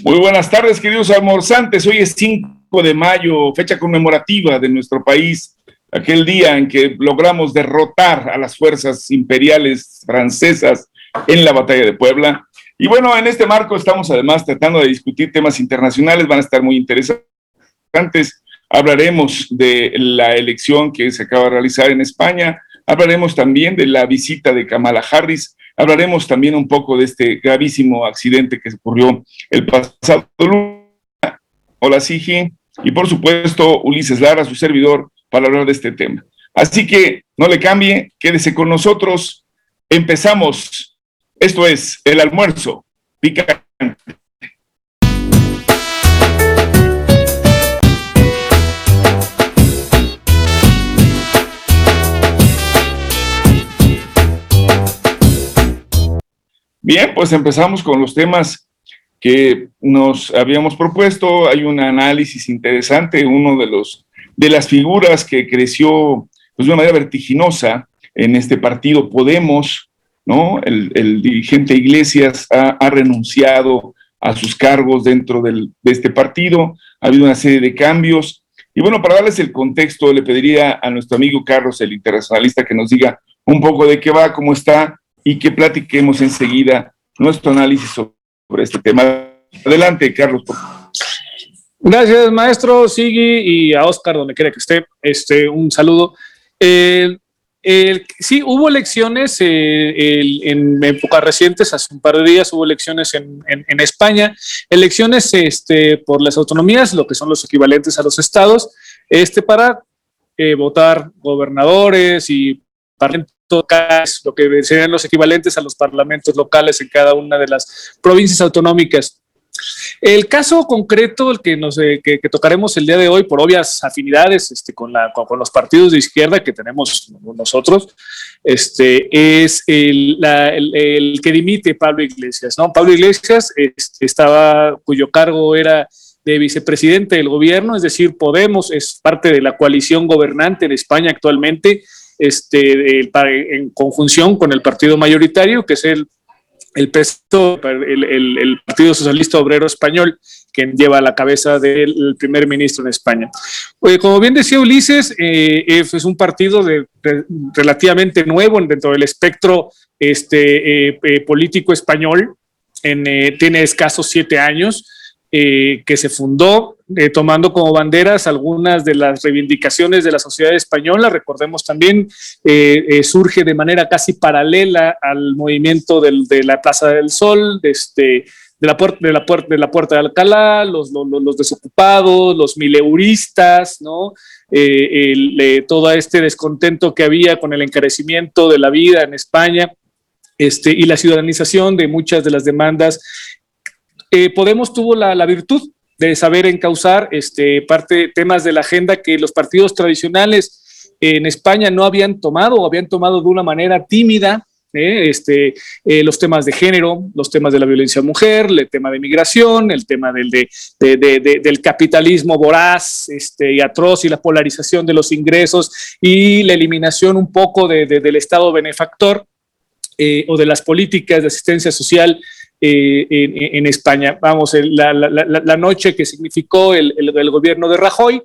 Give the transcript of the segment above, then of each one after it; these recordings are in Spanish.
Muy buenas tardes, queridos almorzantes. Hoy es 5 de mayo, fecha conmemorativa de nuestro país, aquel día en que logramos derrotar a las fuerzas imperiales francesas en la batalla de Puebla. Y bueno, en este marco estamos además tratando de discutir temas internacionales, van a estar muy interesantes. Hablaremos de la elección que se acaba de realizar en España, hablaremos también de la visita de Kamala Harris, hablaremos también un poco de este gravísimo accidente que ocurrió el pasado lunes. Hola, Sigi, y por supuesto Ulises Lara, su servidor, para hablar de este tema. Así que no le cambie, quédese con nosotros. Empezamos. Esto es el almuerzo picante. Bien, pues empezamos con los temas que nos habíamos propuesto. Hay un análisis interesante, uno de las figuras que creció pues, de una manera vertiginosa en este partido Podemos, ¿no? El dirigente Iglesias ha renunciado a sus cargos dentro de este partido, ha habido una serie de cambios. Y bueno, para darles el contexto, le pediría a nuestro amigo Carlos, el internacionalista, que nos diga un poco de qué va, cómo está, y que platiquemos enseguida nuestro análisis sobre este tema. Adelante, Carlos. Gracias, maestro Sigui, y a Oscar, donde quiera que esté, un saludo. Sí, hubo elecciones en épocas recientes, hace un par de días hubo elecciones en España, elecciones por las autonomías, lo que son los equivalentes a los estados, para votar gobernadores y parlamentos locales, lo que serían los equivalentes a los parlamentos locales en cada una de las provincias autonómicas. El caso concreto, el que tocaremos el día de hoy, por obvias afinidades con los partidos de izquierda que tenemos nosotros, es el que dimite Pablo Iglesias, ¿no? Pablo Iglesias cuyo cargo era de vicepresidente del gobierno, es decir, Podemos es parte de la coalición gobernante en España actualmente, en conjunción con el partido mayoritario, que es el Partido Socialista Obrero Español, quien lleva a la cabeza del primer ministro en España. Como bien decía Ulises, es un partido relativamente nuevo dentro del espectro político español, tiene escasos 7 años, que se fundó tomando como banderas algunas de las reivindicaciones de la sociedad española. Recordemos también, surge de manera casi paralela al movimiento de la Plaza del Sol, de la Puerta de Alcalá, los desocupados, los mileuristas, ¿no? Todo este descontento que había con el encarecimiento de la vida en España, y la ciudadanización de muchas de las demandas. Podemos tuvo la virtud de saber encauzar temas de la agenda que los partidos tradicionales en España no habían tomado o habían tomado de una manera tímida, los temas de género, los temas de la violencia mujer, el tema de migración, el tema del capitalismo voraz y atroz y la polarización de los ingresos y la eliminación un poco del Estado benefactor o de las políticas de asistencia social en España. Vamos, la noche que significó el gobierno de Rajoy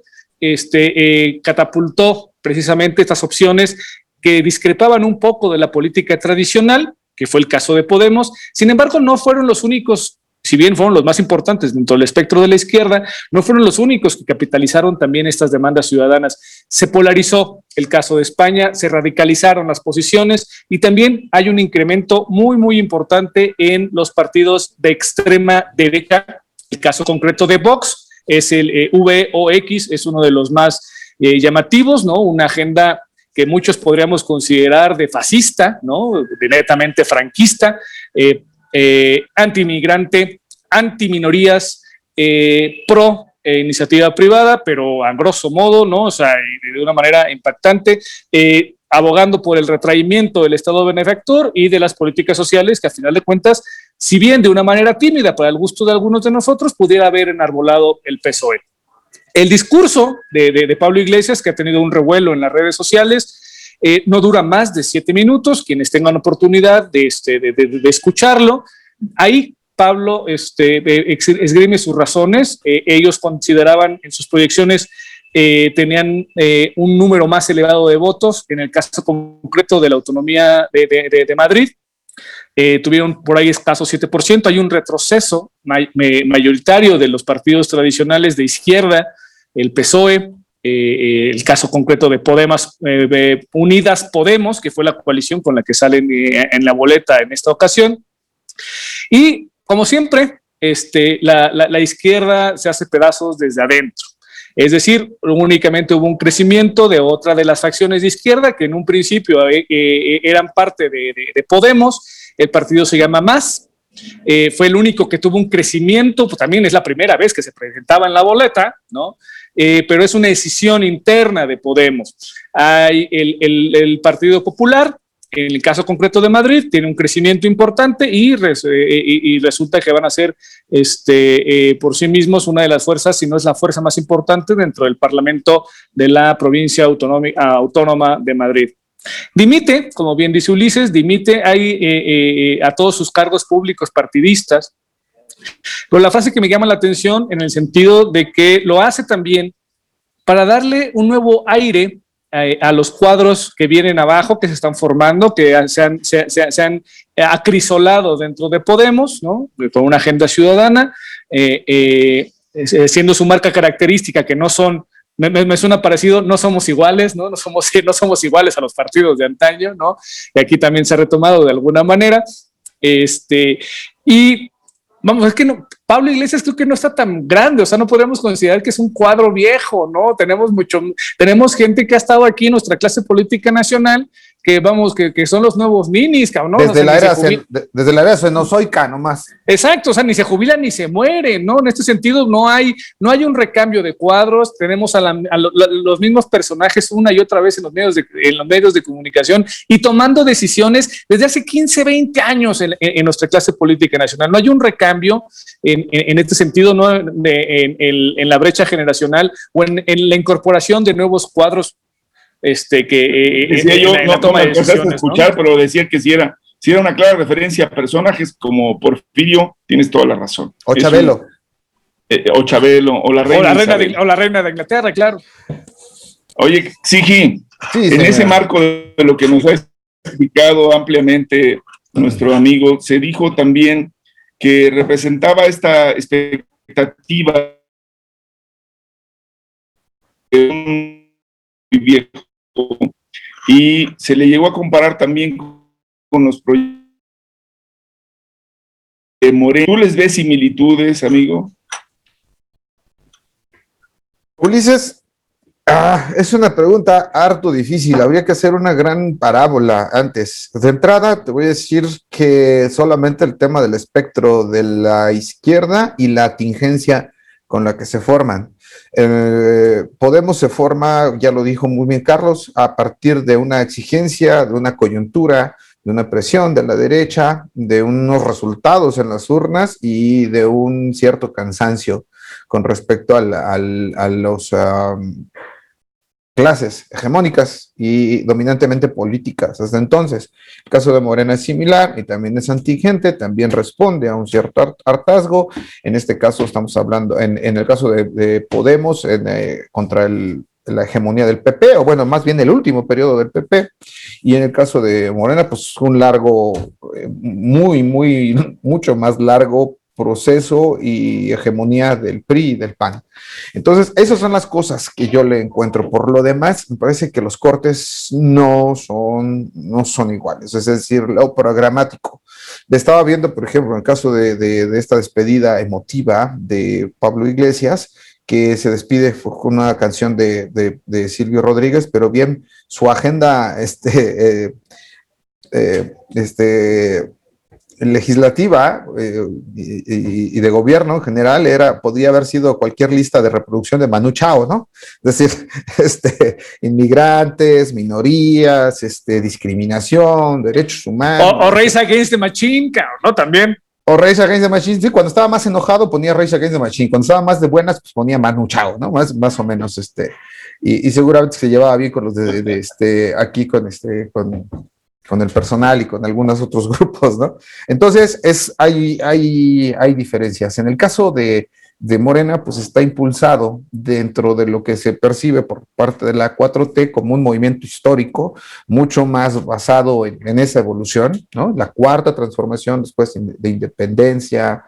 catapultó precisamente estas opciones que discrepaban un poco de la política tradicional, que fue el caso de Podemos. Sin embargo, no fueron los únicos, si bien fueron los más importantes dentro del espectro de la izquierda, no fueron los únicos que capitalizaron también estas demandas ciudadanas. Se polarizó el caso de España, se radicalizaron las posiciones y también hay un incremento muy, muy importante en los partidos de extrema derecha. El caso concreto de Vox es el VOX, es uno de los más llamativos, ¿no? Una agenda que muchos podríamos considerar de fascista, ¿no? De netamente franquista, antimigrante, antiminorías, pro iniciativa privada, pero a grosso modo, ¿no? O sea, de una manera impactante, abogando por el retraimiento del Estado benefactor y de las políticas sociales que, a final de cuentas, si bien de una manera tímida para el gusto de algunos de nosotros, pudiera haber enarbolado el PSOE. El discurso de Pablo Iglesias, que ha tenido un revuelo en las redes sociales, no dura más de 7 minutos. Quienes tengan oportunidad de escucharlo, ahí Pablo esgrime sus razones. Ellos consideraban en sus proyecciones tenían un número más elevado de votos, en el caso concreto de la autonomía de Madrid. Tuvieron por ahí escaso 7%, hay un retroceso mayoritario de los partidos tradicionales de izquierda, el PSOE, el caso concreto de Podemos, Unidas Podemos, que fue la coalición con la que salen en la boleta en esta ocasión. Y como siempre, la izquierda se hace pedazos desde adentro. Es decir, únicamente hubo un crecimiento de otra de las facciones de izquierda que en un principio eran parte de Podemos. El partido se llama Más. Fue el único que tuvo un crecimiento, pues también es la primera vez que se presentaba en la boleta, ¿no? Pero es una decisión interna de Podemos. Hay el Partido Popular, en el caso concreto de Madrid, tiene un crecimiento importante y resulta que van a ser por sí mismos una de las fuerzas, si no es la fuerza más importante dentro del Parlamento de la provincia autónoma de Madrid. Dimite, como bien dice Ulises, dimite a todos sus cargos públicos partidistas, pero la frase que me llama la atención en el sentido de que lo hace también para darle un nuevo aire a los cuadros que vienen abajo, que se están formando, que se han acrisolado dentro de Podemos, ¿no? Con una agenda ciudadana, siendo su marca característica que no son, me suena parecido, no somos iguales, ¿no? No somos iguales a los partidos de antaño, ¿no? Y aquí también se ha retomado de alguna manera. Y vamos, es que no, Pablo Iglesias creo que no está tan grande, o sea, no podemos considerar que es un cuadro viejo, ¿no? Tenemos gente que ha estado aquí en nuestra clase política nacional, que son los nuevos ninis, cabrón, ¿no? Desde la era cenozoica nomás. Exacto, o sea, ni se jubilan ni se mueren, ¿no? En este sentido no hay un recambio de cuadros, tenemos a los mismos personajes una y otra vez en los medios de comunicación y tomando decisiones desde hace 15, 20 años en nuestra clase política nacional. No hay un recambio en este sentido, ¿no? En la brecha generacional o en la incorporación de nuevos cuadros decía yo, no me alcanzaste a escuchar, ¿no? Pero decía que si era una clara referencia a personajes como Porfirio, tienes toda la razón. O Chabelo. O Chabelo, o la reina de Inglaterra, claro. Oye, Sigi, sí, en ese marco de lo que nos ha explicado ampliamente nuestro amigo, se dijo también que representaba esta expectativa de un viejo, y se le llegó a comparar también con los proyectos de Morena. ¿Tú les ves similitudes, amigo? Ulises, es una pregunta harto difícil, habría que hacer una gran parábola antes. De entrada te voy a decir que solamente el tema del espectro de la izquierda y la tingencia con la que se forman. Podemos se forma, ya lo dijo muy bien Carlos, a partir de una exigencia, de una coyuntura, de una presión de la derecha, de unos resultados en las urnas y de un cierto cansancio con respecto a los clases hegemónicas y dominantemente políticas hasta entonces. El caso de Morena es similar y también es antigente, también responde a un cierto hartazgo. En este caso estamos hablando, en el caso de Podemos, contra la hegemonía del PP, o bueno, más bien el último periodo del PP, y en el caso de Morena, pues un largo, mucho más largo proceso y hegemonía del PRI y del PAN. Entonces, esas son las cosas que yo le encuentro. Por lo demás, me parece que los cortes no son iguales, es decir, lo programático. Le estaba viendo, por ejemplo, en el caso de esta despedida emotiva de Pablo Iglesias, que se despide con una canción de Silvio Rodríguez, pero bien, su agenda legislativa y de gobierno en general podría haber sido cualquier lista de reproducción de Manu Chao, ¿no? Es decir, inmigrantes, minorías, discriminación, derechos humanos. O Race Against the Machine, ¿no? También. O Rage Against the Machine, sí, cuando estaba más enojado ponía Rage Against the Machine, cuando estaba más de buenas pues ponía Manu Chao, ¿no? Más o menos, y seguramente se llevaba bien con los aquí con con el personal y con algunos otros grupos, ¿no? Entonces, hay diferencias. En el caso de Morena, pues está impulsado dentro de lo que se percibe por parte de la 4T como un movimiento histórico, mucho más basado en esa evolución, ¿no? La cuarta transformación después de independencia,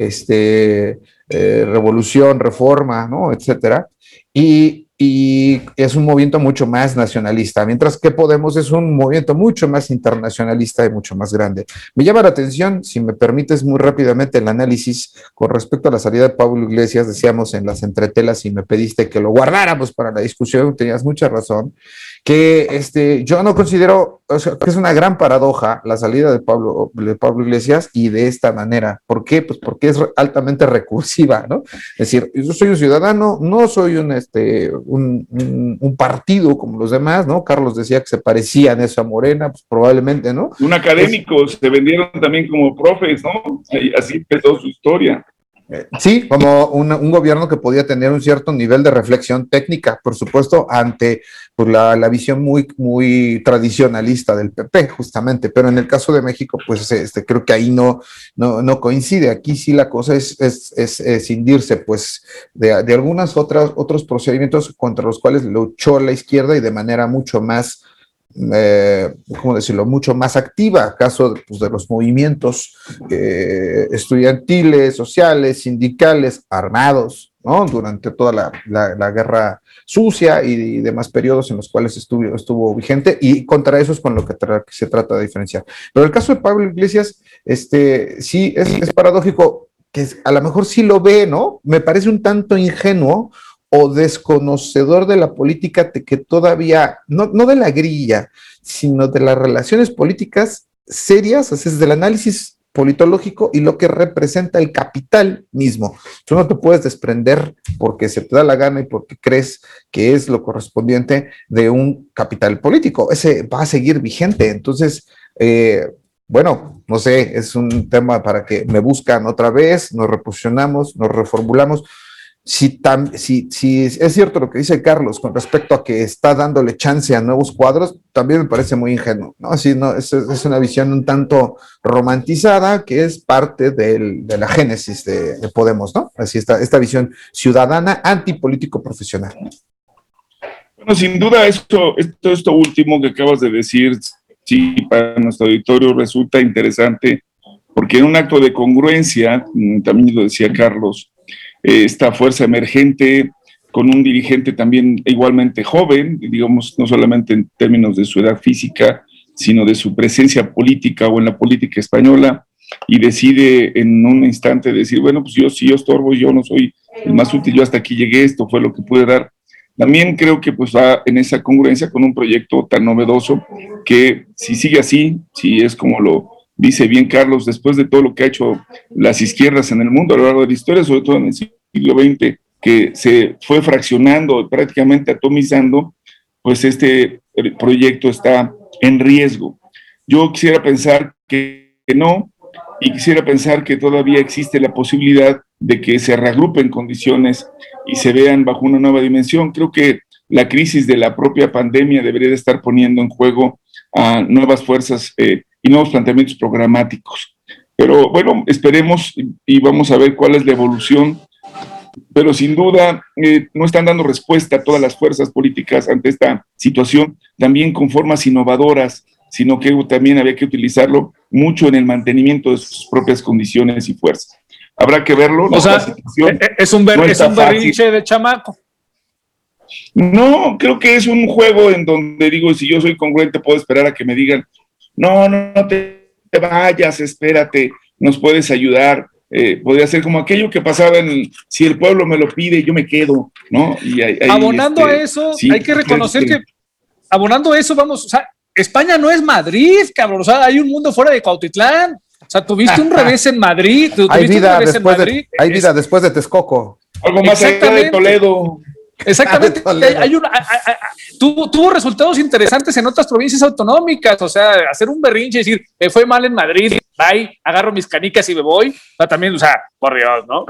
revolución, reforma, ¿no? Etcétera. Y es un movimiento mucho más nacionalista, mientras que Podemos es un movimiento mucho más internacionalista y mucho más grande. Me llama la atención, si me permites muy rápidamente el análisis con respecto a la salida de Pablo Iglesias, decíamos en las entretelas y me pediste que lo guardáramos para la discusión, tenías mucha razón, que yo no considero, o sea, que es una gran paradoja la salida de Pablo Iglesias y de esta manera. ¿Por qué? Pues porque es altamente recursiva, ¿no? Es decir, yo soy un ciudadano, no soy un partido como los demás, ¿no? Carlos decía que se parecían eso a Morena, pues probablemente, ¿no? Un académico, se vendieron también como profes, ¿no? Así empezó su historia. Sí, como un gobierno que podía tener un cierto nivel de reflexión técnica, por supuesto, ante pues, la visión muy, muy tradicionalista del PP, justamente. Pero en el caso de México, pues creo que ahí no coincide. Aquí sí la cosa es escindirse, pues, de algunas otros procedimientos contra los cuales luchó la izquierda y de manera mucho más ¿cómo decirlo?, mucho más activa, caso de los movimientos estudiantiles, sociales, sindicales, armados, ¿no? Durante toda la guerra sucia y demás periodos en los cuales estuvo vigente, y contra eso es con lo que se trata de diferenciar. Pero el caso de Pablo Iglesias, sí es paradójico, que a lo mejor sí lo ve, ¿no? Me parece un tanto ingenuo o desconocedor de la política que todavía, no de la grilla, sino de las relaciones políticas serias, o sea, es del análisis politológico y lo que representa el capital mismo. Tú no te puedes desprender porque se te da la gana y porque crees que es lo correspondiente de un capital político. Ese va a seguir vigente. Entonces, bueno, no sé, es un tema para que me buscan otra vez, nos reposicionamos, nos reformulamos. Si es cierto lo que dice Carlos con respecto a que está dándole chance a nuevos cuadros, también me parece muy ingenuo, ¿no? Así, no, es una visión un tanto romantizada que es parte de la génesis de Podemos, ¿no? Así está, esta visión ciudadana antipolítico profesional. Bueno, sin duda esto último que acabas de decir, sí, para nuestro auditorio resulta interesante, porque en un acto de congruencia, también lo decía Carlos, esta fuerza emergente con un dirigente también igualmente joven, digamos, no solamente en términos de su edad física, sino de su presencia política o en la política española, y decide en un instante decir, bueno, pues yo estorbo, yo no soy el más útil, yo hasta aquí llegué, esto fue lo que pude dar. También creo que pues va en esa congruencia con un proyecto tan novedoso que si sigue así, si es como lo dice bien Carlos, después de todo lo que ha hecho las izquierdas en el mundo a lo largo de la historia, sobre todo en el siglo XX, que se fue fraccionando, prácticamente atomizando, pues este proyecto está en riesgo. Yo quisiera pensar que no, y quisiera pensar que todavía existe la posibilidad de que se reagrupen condiciones y se vean bajo una nueva dimensión. Creo que la crisis de la propia pandemia debería de estar poniendo en juego a nuevas fuerzas y nuevos planteamientos programáticos. Pero bueno, esperemos y vamos a ver cuál es la evolución. Pero sin duda no están dando respuesta a todas las fuerzas políticas ante esta situación, también con formas innovadoras, sino que también había que utilizarlo mucho en el mantenimiento de sus propias condiciones y fuerzas. Habrá que verlo. O sea, es un berrinche de chamaco. No, creo que es un juego en donde digo, si yo soy congruente, puedo esperar a que me digan, no te vayas, espérate, nos puedes ayudar. Podría ser como aquello que pasaba si el pueblo me lo pide, yo me quedo, ¿no? Y abonando a eso, sí, hay que reconocer que abonando a eso, vamos, o sea, España no es Madrid, cabrón, o sea, hay un mundo fuera de Cuautitlán. O sea, tuviste un revés en Madrid, hay vida después de Texcoco. Algo más allá de Toledo. Exactamente, tuvo resultados interesantes en otras provincias autonómicas, o sea, hacer un berrinche y decir, me fue mal en Madrid, bye, agarro mis canicas y me voy, o sea, también, o sea, por Dios, ¿no?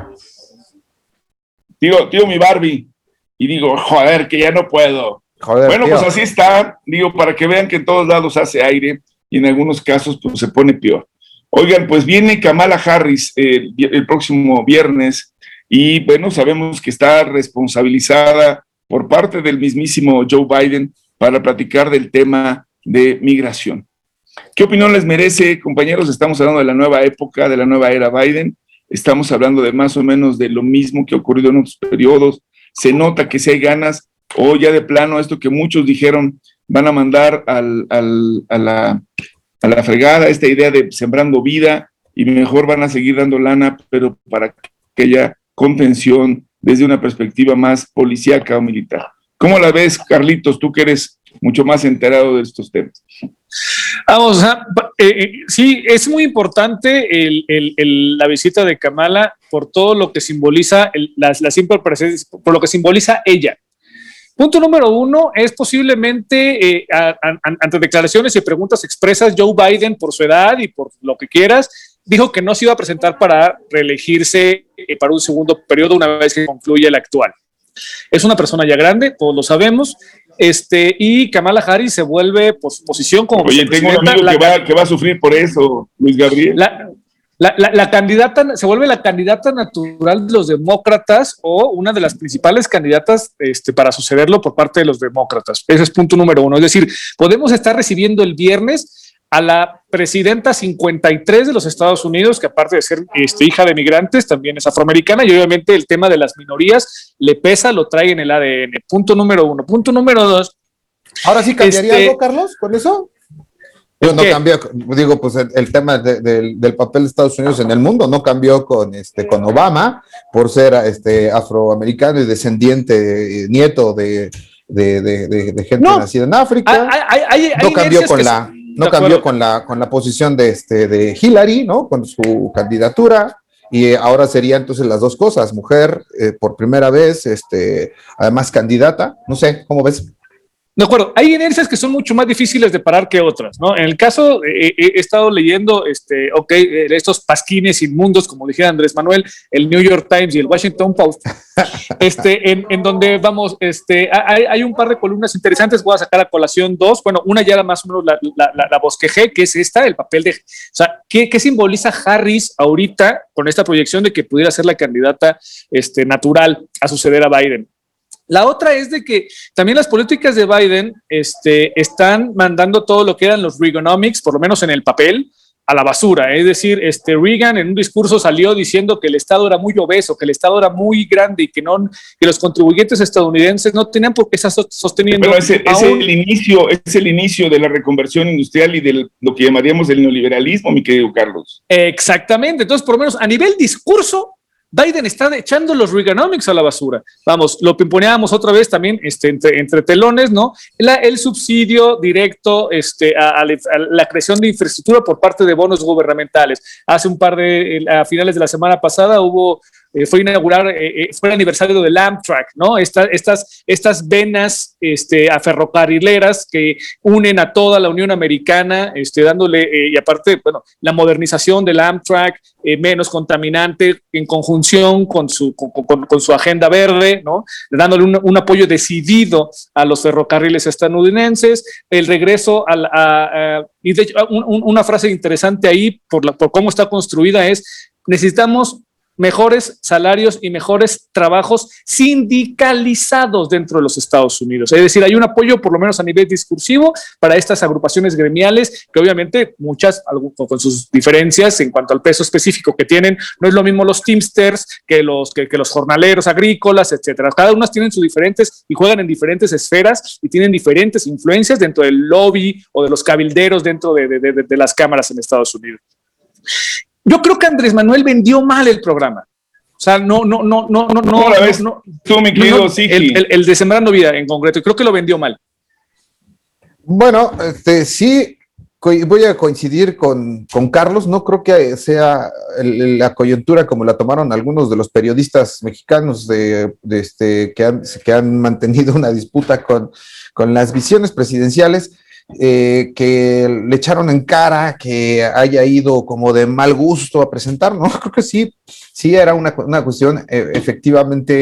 Tío, mi Barbie, y digo, joder, que ya no puedo. Joder, bueno, tío. Pues así está, digo, para que vean que en todos lados hace aire, y en algunos casos pues se pone peor. Oigan, pues viene Kamala Harris el próximo viernes y bueno, sabemos que está responsabilizada por parte del mismísimo Joe Biden para platicar del tema de migración. ¿Qué opinión les merece, compañeros? Estamos hablando de la nueva época, de la nueva era Biden, estamos hablando de más o menos de lo mismo que ha ocurrido en otros periodos, se nota que si hay ganas, o ya de plano esto que muchos dijeron, van a mandar a la fregada esta idea de sembrando vida y mejor van a seguir dando lana, pero para que haya contención desde una perspectiva más policíaca o militar. ¿Cómo la ves, Carlitos, tú que eres mucho más enterado de estos temas? Vamos, sí, es muy importante la visita de Kamala por todo lo que simboliza, la simple presencia, por lo que simboliza ella. Punto número uno es posiblemente, ante declaraciones y preguntas expresas, Joe Biden, por su edad y por lo que quieras, dijo que no se iba a presentar para reelegirse para un segundo periodo una vez que concluya el actual. Es una persona ya grande, todos lo sabemos, y Kamala Harris se vuelve por su posición como vicepresidenta. Oye, tengo un amigo que va a sufrir por eso, Luis Gabriel. La candidata se vuelve la candidata natural de los demócratas o una de las principales candidatas para sucederlo por parte de los demócratas. Ese es punto número uno. Es decir, podemos estar recibiendo el viernes a la presidenta 53 de los Estados Unidos, que aparte de ser hija de migrantes, también es afroamericana, y obviamente el tema de las minorías le pesa, lo trae en el ADN. Punto número uno. Punto número dos. ¿Ahora sí cambiaría algo, Carlos, con eso? Yo no cambió, digo, pues el tema del papel de Estados Unidos en el mundo no cambió con Obama, por ser afroamericano y descendiente, nieto de gente nacida en África. No cambió con la posición de Hillary, ¿no? Con su candidatura. Y ahora sería entonces las dos cosas, mujer por primera vez, además candidata, no sé, ¿cómo ves? De acuerdo, hay inercias que son mucho más difíciles de parar que otras, ¿no? En el caso, he estado leyendo, estos pasquines inmundos, como dijera Andrés Manuel, el New York Times y el Washington Post, en donde vamos, hay un par de columnas interesantes, voy a sacar a colación dos, bueno, una ya más o menos la bosquejé, que es el papel de, o sea, ¿qué simboliza Harris ahorita con esta proyección de que pudiera ser la candidata natural a suceder a Biden? La otra es de que también las políticas de Biden están mandando todo lo que eran los Reaganomics, por lo menos en el papel, a la basura. Es decir, Reagan en un discurso salió diciendo que el Estado era muy obeso, que el Estado era muy grande y que los contribuyentes estadounidenses no tenían por qué estar sosteniendo. Pero es el inicio de la reconversión industrial y de lo que llamaríamos el neoliberalismo, mi querido Carlos. Exactamente. Entonces, por lo menos a nivel discurso, Biden está echando los Reaganomics a la basura. Vamos, lo pimponeábamos otra vez también entre telones, ¿no? El subsidio directo a la creación de infraestructura por parte de bonos gubernamentales. Hace a finales de la semana pasada fue el aniversario del Amtrak, ¿no? Estas venas ferrocarrileras que unen a toda la Unión Americana, dándole, y aparte, bueno, la modernización del Amtrak, menos contaminante, en conjunción con su agenda verde, ¿no? Dándole un apoyo decidido a los ferrocarriles estadounidenses, el regreso y de hecho, una frase interesante ahí, por cómo está construida, es: necesitamos mejores salarios y mejores trabajos sindicalizados dentro de los Estados Unidos. Es decir, hay un apoyo, por lo menos a nivel discursivo, para estas agrupaciones gremiales, que obviamente muchas, con sus diferencias en cuanto al peso específico que tienen. No es lo mismo los Teamsters que los jornaleros agrícolas, etcétera. Cada uno tienen sus diferentes y juegan en diferentes esferas y tienen diferentes influencias dentro del lobby o de los cabilderos dentro de las cámaras en Estados Unidos. Yo creo que Andrés Manuel vendió mal el programa. O sea, no. Tú, mi querido Sigi. El de Sembrando Vida en concreto, creo que lo vendió mal. Bueno, sí, voy a coincidir con Carlos. No creo que sea la coyuntura como la tomaron algunos de los periodistas mexicanos que han mantenido una disputa con las visiones presidenciales. Que le echaron en cara que haya ido como de mal gusto a presentar, ¿no? Creo que sí era una cuestión efectivamente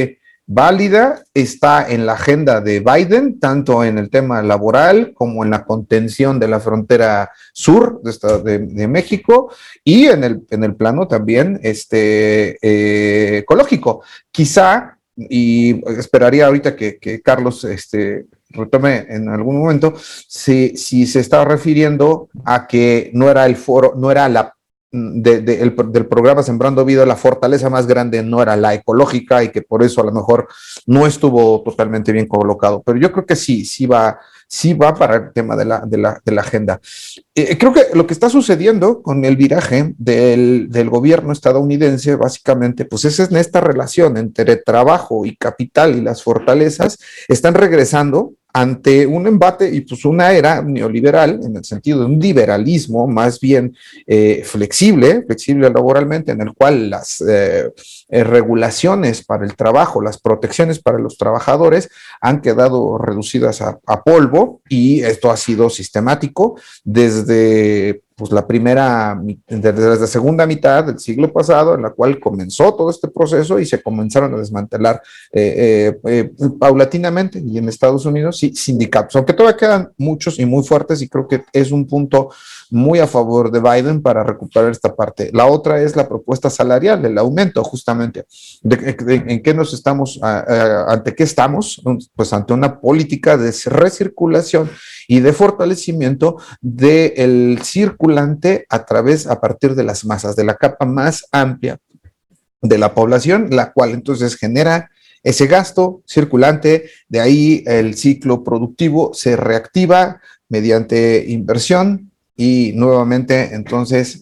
válida, está en la agenda de Biden, tanto en el tema laboral como en la contención de la frontera sur de México y en el plano también ecológico. Quizá, y esperaría ahorita que Carlos retome en algún momento, si se está refiriendo a que no era el foro, no era del programa Sembrando Vida, la fortaleza más grande no era la ecológica y que por eso a lo mejor no estuvo totalmente bien colocado, pero yo creo que sí va para el tema de la agenda. Creo que lo que está sucediendo con el viraje del gobierno estadounidense, básicamente, pues es en esta relación entre trabajo y capital y las fortalezas, están regresando ante un embate y pues una era neoliberal, en el sentido de un liberalismo más bien flexible laboralmente, en el cual las regulaciones para el trabajo, las protecciones para los trabajadores han quedado reducidas a polvo, y esto ha sido sistemático desde pues desde la segunda mitad del siglo pasado, en la cual comenzó todo este proceso y se comenzaron a desmantelar paulatinamente, y en Estados Unidos sí, sindicatos, aunque todavía quedan muchos y muy fuertes, y creo que es un punto muy a favor de Biden para recuperar esta parte. La otra es la propuesta salarial, el aumento justamente. ¿En qué nos estamos, ante qué estamos? Pues ante una política de recirculación y de fortalecimiento del circulante a partir de las masas, de la capa más amplia de la población, la cual entonces genera ese gasto circulante, de ahí el ciclo productivo se reactiva mediante inversión y nuevamente entonces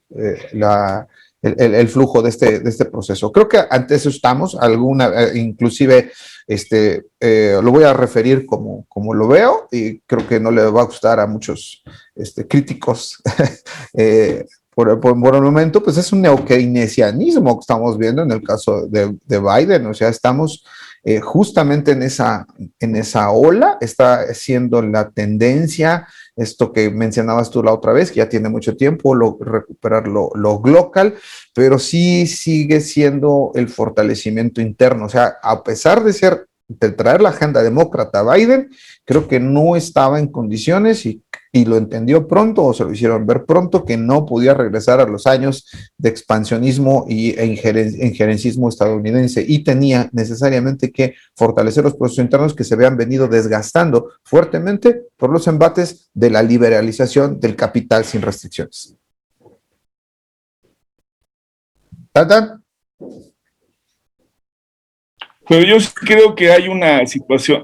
el flujo de este proceso. Creo que ante eso estamos, inclusive lo voy a referir como lo veo, y creo que no le va a gustar a muchos críticos. Por el momento, pues es un neokeynesianismo que estamos viendo en el caso de Biden, o sea, estamos justamente en esa ola, está siendo la tendencia, esto que mencionabas tú la otra vez, que ya tiene mucho tiempo, recuperar lo global, pero sí sigue siendo el fortalecimiento interno, o sea, a pesar de traer la agenda demócrata a Biden, creo que no estaba en condiciones y lo entendió pronto, o se lo hicieron ver pronto, que no podía regresar a los años de expansionismo e injerencismo estadounidense, y tenía necesariamente que fortalecer los procesos internos que se habían venido desgastando fuertemente por los embates de la liberalización del capital sin restricciones. ¿Tata? Pero yo creo que hay una situación.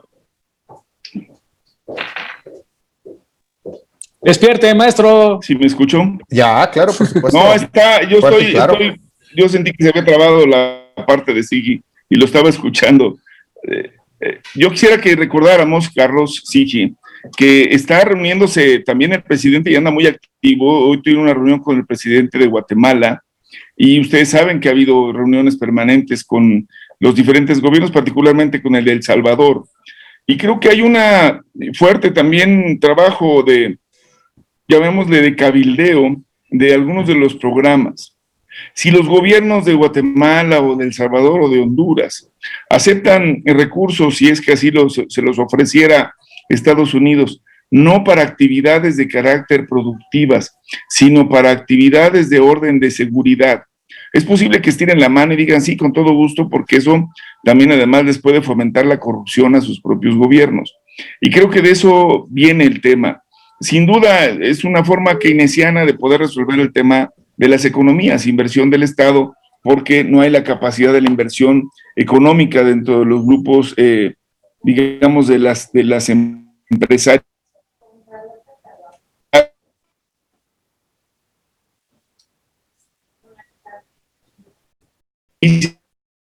Despierte, maestro. ¿Sí me escuchó? Ya, claro, por supuesto. No, yo claro. Yo sentí que se había trabado la parte de Sigi y lo estaba escuchando. Yo quisiera que recordáramos, Carlos, Sigi, que está reuniéndose también el presidente y anda muy activo. Hoy tuve una reunión con el presidente de Guatemala, y ustedes saben que ha habido reuniones permanentes con los diferentes gobiernos, particularmente con el de El Salvador. Y creo que hay una fuerte también trabajo llamémosle de cabildeo, de algunos de los programas. Si los gobiernos de Guatemala o de El Salvador o de Honduras aceptan recursos, si es que así se los ofreciera Estados Unidos, no para actividades de carácter productivas, sino para actividades de orden de seguridad, es posible que estiren la mano y digan sí, con todo gusto, porque eso también además les puede fomentar la corrupción a sus propios gobiernos. Y creo que de eso viene el tema. Sin duda es una forma keynesiana de poder resolver el tema de las economías, inversión del Estado, porque no hay la capacidad de la inversión económica dentro de los grupos, digamos, de las empresarias. Y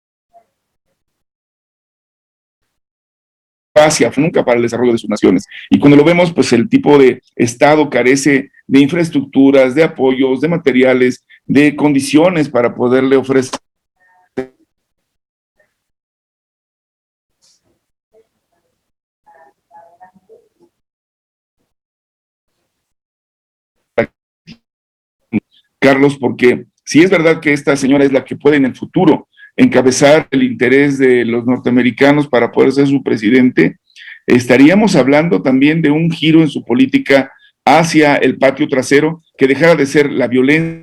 nunca para el desarrollo de sus naciones. Y cuando lo vemos, pues el tipo de Estado carece de infraestructuras, de apoyos, de materiales, de condiciones para poderle ofrecer Carlos, porque si es verdad que esta señora es la que puede en el futuro encabezar el interés de los norteamericanos para poder ser su presidente, estaríamos hablando también de un giro en su política hacia el patio trasero, que dejara de ser la violencia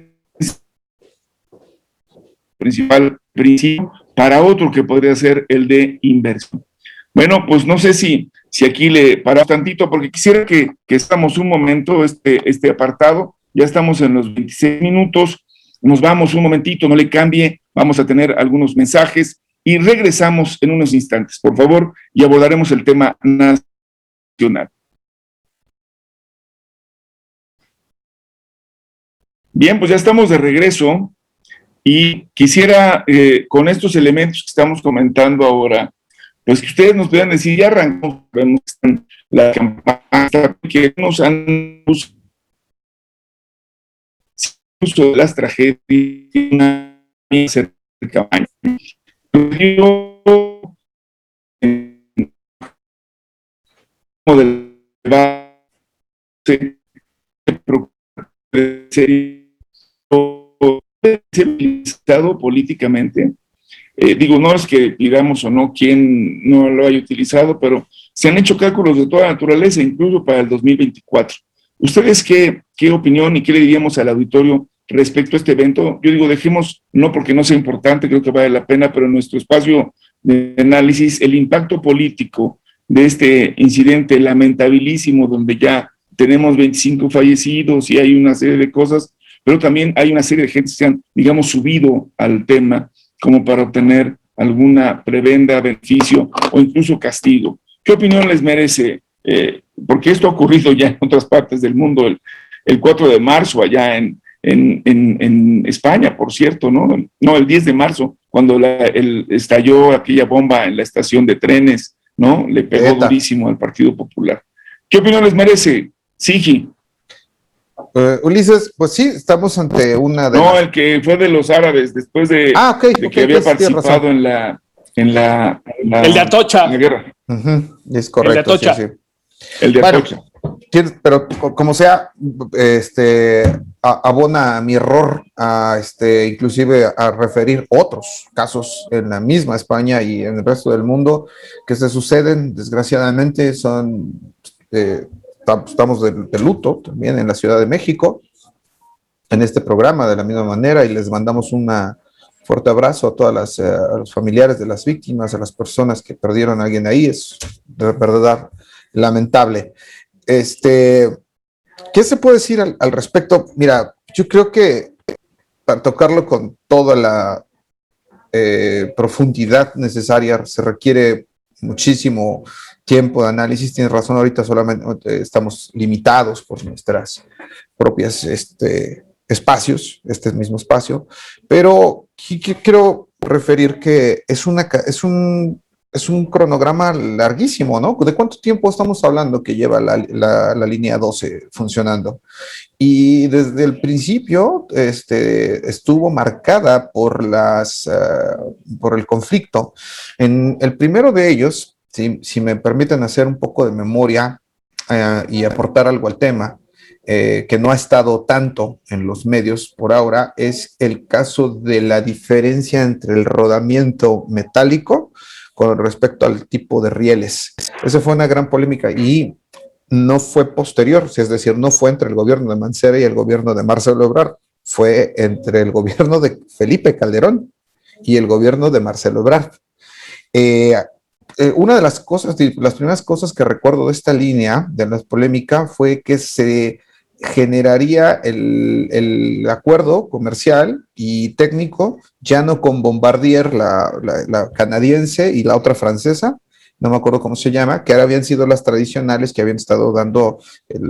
principal principio para otro que podría ser el de inversión. Bueno, pues no sé si aquí le paramos tantito, porque quisiera que estamos un momento, este apartado, ya estamos en los 26 minutos, nos vamos un momentito, no le cambie, vamos a tener algunos mensajes y regresamos en unos instantes, por favor, y abordaremos el tema nacional. Bien, pues ya estamos de regreso y quisiera, con estos elementos que estamos comentando ahora, pues que ustedes nos puedan decir, ya arrancamos, vemos la campaña que nos han uso de las tragedias cerca del ser utilizado políticamente. Digo, no es que digamos o no quién no lo haya utilizado, pero se han hecho cálculos de toda naturaleza, incluso para el 2024. ¿Ustedes qué opinión y qué le diríamos al auditorio respecto a este evento? Yo digo, dejemos, no porque no sea importante, creo que vale la pena, pero en nuestro espacio de análisis, el impacto político de este incidente lamentabilísimo, donde ya tenemos 25 fallecidos y hay una serie de cosas, pero también hay una serie de gente que se han, digamos, subido al tema como para obtener alguna prebenda, beneficio o incluso castigo. ¿Qué opinión les merece? Porque esto ha ocurrido ya en otras partes del mundo, el 4 de marzo allá en España, por cierto, ¿no? No, el 10 de marzo, cuando estalló aquella bomba en la estación de trenes, ¿no? Le pegó durísimo al Partido Popular. ¿Qué opinión les merece, Sigi? Ulises, pues sí, estamos ante una de... No, el que fue de los árabes, después de que había participado en la el de Atocha. En la guerra. Es correcto. El de Atocha. Sí. El de Atocha. Pero como sea, abona mi error inclusive a referir otros casos en la misma España y en el resto del mundo que se suceden, desgraciadamente, estamos de luto también en la Ciudad de México, en este programa de la misma manera, y les mandamos un fuerte abrazo a todas a los familiares de las víctimas, a las personas que perdieron a alguien ahí. Es de verdad lamentable. ¿Qué se puede decir al respecto? Mira, yo creo que para tocarlo con toda la profundidad necesaria se requiere muchísimo tiempo de análisis. Tienes razón, ahorita solamente estamos limitados por nuestras propias espacios, este mismo espacio, pero quiero referir que es un cronograma larguísimo, ¿no? ¿De cuánto tiempo estamos hablando que lleva la línea 12 funcionando? Y desde el principio estuvo marcada por el conflicto. En el primero de ellos, si me permiten hacer un poco de memoria y aportar algo al tema, que no ha estado tanto en los medios por ahora, es el caso de la diferencia entre el rodamiento metálico con respecto al tipo de rieles. Esa fue una gran polémica y no fue posterior, es decir, no fue entre el gobierno de Mancera y el gobierno de Marcelo Ebrard, fue entre el gobierno de Felipe Calderón y el gobierno de Marcelo Ebrard. Una de las primeras cosas que recuerdo de esta línea de la polémica fue que se generaría el acuerdo comercial y técnico, ya no con Bombardier, la canadiense, y la otra francesa, no me acuerdo cómo se llama, que ahora habían sido las tradicionales que habían estado dando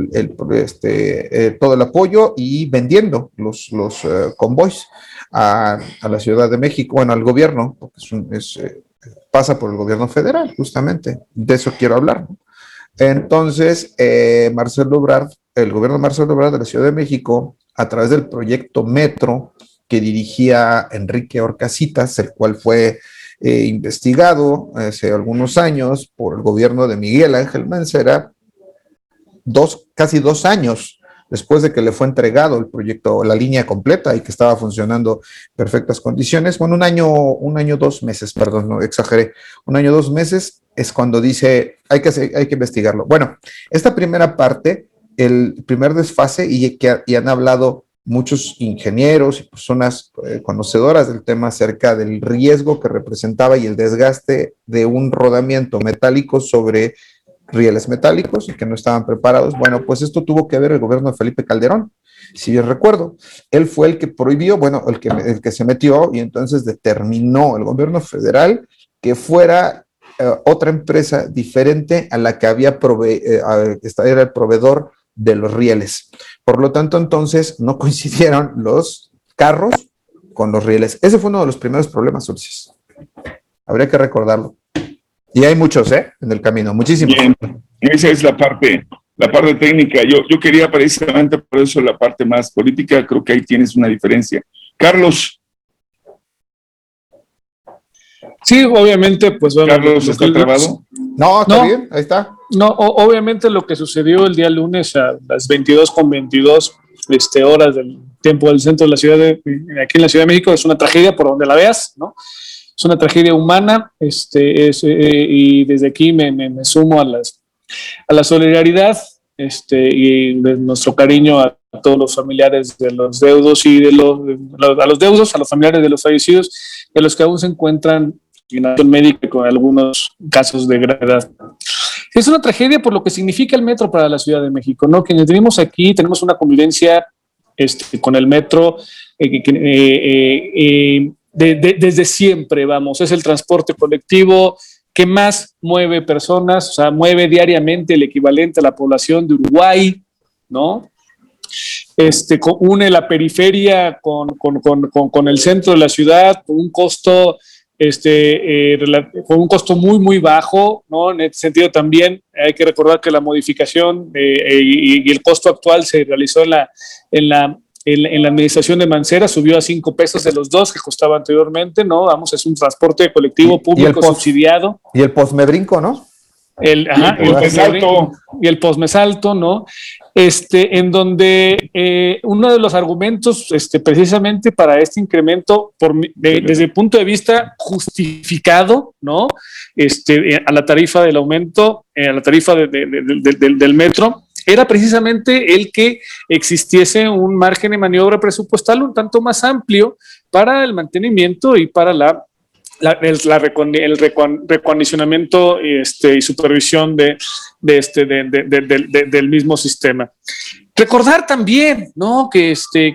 todo el apoyo y vendiendo los convoys a la Ciudad de México, bueno, al gobierno, porque pasa por el gobierno federal, justamente, de eso quiero hablar, ¿no? Entonces, Marcelo Ebrard, el gobierno de Marcelo Ebrard de la Ciudad de México, a través del proyecto Metro que dirigía Enrique Orcasitas, el cual fue investigado hace algunos años por el gobierno de Miguel Ángel Mancera, casi 2 años después de que le fue entregado el proyecto, la línea completa y que estaba funcionando en perfectas condiciones. Bueno, un año, 2 meses, perdón, no exageré, 1 año, 2 meses es cuando dice hay que investigarlo. Bueno, esta primera parte, el primer desfase, y han hablado muchos ingenieros y personas conocedoras del tema acerca del riesgo que representaba y el desgaste de un rodamiento metálico sobre rieles metálicos y que no estaban preparados. Bueno, pues esto tuvo que ver el gobierno de Felipe Calderón, si yo recuerdo. Él fue el que prohibió, bueno, el que se metió, y entonces determinó el gobierno federal que fuera otra empresa diferente a la que era el proveedor de los rieles. Por lo tanto, entonces, no coincidieron los carros con los rieles. Ese fue uno de los primeros problemas, Ulises. Habría que recordarlo. Y hay muchos, en el camino, muchísimos. Bien, esa es la parte técnica. Yo quería precisamente por eso la parte más política, creo que ahí tienes una diferencia. Carlos. Sí, obviamente, pues bueno. Carlos, ¿está trabado? No, está bien, ahí está. No, obviamente lo que sucedió el día lunes a las 22:22 horas del tiempo del centro de la ciudad, aquí en la Ciudad de México, es una tragedia por donde la veas, ¿no? Es una tragedia humana, y desde aquí me sumo a la solidaridad, y de nuestro cariño a todos los familiares de los deudos y a los deudos, a los familiares de los fallecidos, de los que aún se encuentran en acción médica con algunos casos de gravedad. Es una tragedia por lo que significa el metro para la Ciudad de México, ¿no? Quienes vivimos aquí tenemos una convivencia con el metro desde siempre, vamos, es el transporte colectivo que más mueve personas, o sea, mueve diariamente el equivalente a la población de Uruguay, ¿no? Une la periferia con el centro de la ciudad con un costo con un costo muy, muy bajo, ¿no? En este sentido también hay que recordar que la modificación y el costo actual se realizó en la administración de Mancera, subió a 5 pesos de los 2 que costaba anteriormente, ¿no? Vamos, es un transporte colectivo público subsidiado. Y el postmebrinco, ¿no? El posmesalto, ¿no? En donde uno de los argumentos precisamente para este incremento, desde el punto de vista justificado, ¿no? A la tarifa del aumento, a la tarifa del metro, era precisamente el que existiese un margen de maniobra presupuestal un tanto más amplio para el mantenimiento y para el recondicionamiento y supervisión del mismo sistema. Recordar también, ¿no? que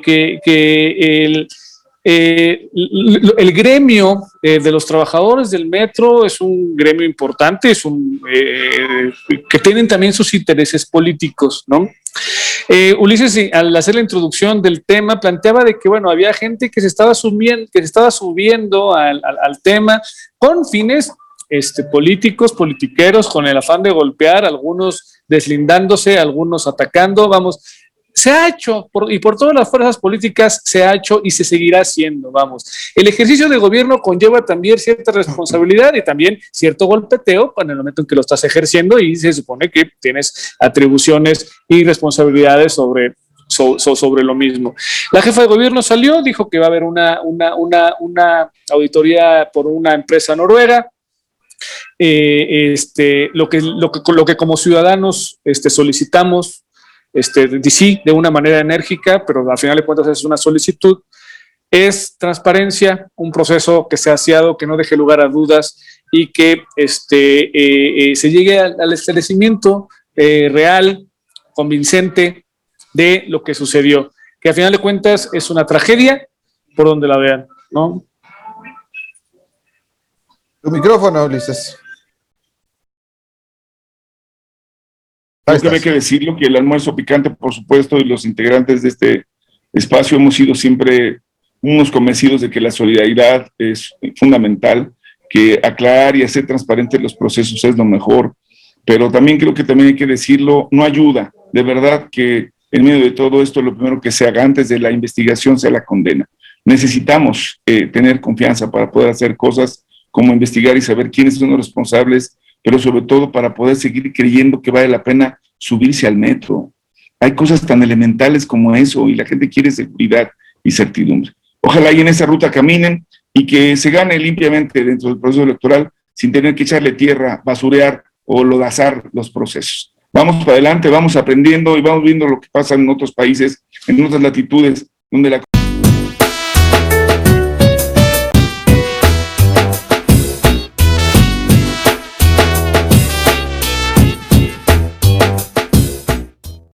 el gremio de los trabajadores del metro es un gremio importante, que tienen también sus intereses políticos, ¿no? Ulises, al hacer la introducción del tema, planteaba de que, bueno, había gente que se estaba subiendo al tema con fines políticos, politiqueros, con el afán de golpear, algunos deslindándose, algunos atacando, vamos. Se ha hecho, por todas las fuerzas políticas se ha hecho y se seguirá haciendo, vamos. El ejercicio de gobierno conlleva también cierta responsabilidad y también cierto golpeteo en el momento en que lo estás ejerciendo y se supone que tienes atribuciones y responsabilidades sobre lo mismo. La jefa de gobierno salió, dijo que va a haber una auditoría por una empresa noruega. Lo que como ciudadanos solicitamos, sí, de una manera enérgica, pero al final de cuentas es una solicitud, es transparencia, un proceso que sea aseado, que no deje lugar a dudas y que se llegue al esclarecimiento real, convincente de lo que sucedió, que al final de cuentas es una tragedia por donde la vean, ¿no? Tu micrófono, Ulises. Creo que hay que decirlo, que el almuerzo picante, por supuesto, y los integrantes de este espacio hemos sido siempre unos convencidos de que la solidaridad es fundamental, que aclarar y hacer transparentes los procesos es lo mejor, pero también creo que también hay que decirlo, no ayuda, de verdad que en medio de todo esto lo primero que se haga antes de la investigación sea la condena. Necesitamos tener confianza para poder hacer cosas como investigar y saber quiénes son los responsables, pero sobre todo para poder seguir creyendo que vale la pena subirse al metro. Hay cosas tan elementales como eso y la gente quiere seguridad y certidumbre. Ojalá y en esa ruta caminen y que se gane limpiamente dentro del proceso electoral sin tener que echarle tierra, basurear o lodazar los procesos. Vamos para adelante, vamos aprendiendo y vamos viendo lo que pasa en otros países, en otras latitudes, donde la